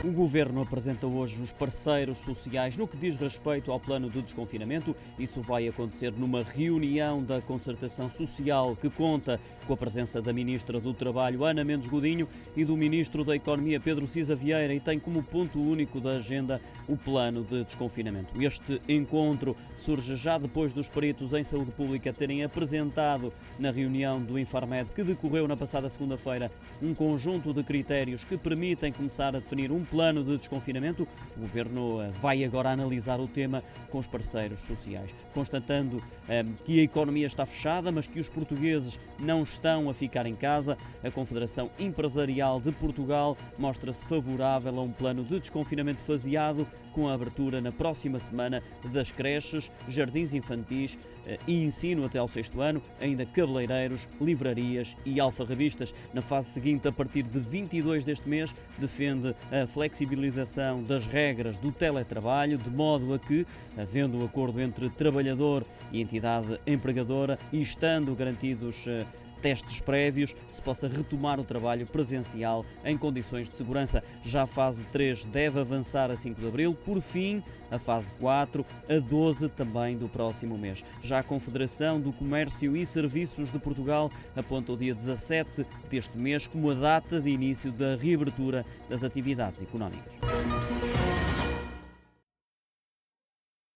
O Governo apresenta hoje os parceiros sociais no que diz respeito ao plano de desconfinamento. Isso vai acontecer numa reunião da concertação social que conta com a presença da Ministra do Trabalho, Ana Mendes Godinho, e do Ministro da Economia, Pedro Cisa Vieira, e tem como ponto único da agenda o plano de desconfinamento. Este encontro surge já depois dos peritos em saúde pública terem apresentado na reunião do Infarmed, que decorreu na passada segunda-feira, um conjunto de critérios que permitem começar a definir um plano de desconfinamento. O Governo vai agora analisar o tema com os parceiros sociais, constatando que a economia está fechada, mas que os portugueses não estão a ficar em casa. A Confederação Empresarial de Portugal mostra-se favorável a um plano de desconfinamento faseado, com a abertura na próxima semana das creches, jardins infantis e ensino até ao 6º ano, ainda cabeleireiros, livrarias e alfarrabistas. Na fase seguinte, a partir de 22 deste mês, defende a flexibilização das regras do teletrabalho, de modo a que, havendo um acordo entre trabalhador e entidade empregadora e estando garantidos testes prévios, se possa retomar o trabalho presencial em condições de segurança. Já a fase 3 deve avançar a 5 de abril, por fim, a fase 4 a 12 também do próximo mês. Já a Confederação do Comércio e Serviços de Portugal aponta o dia 17 deste mês como a data de início da reabertura das atividades económicas.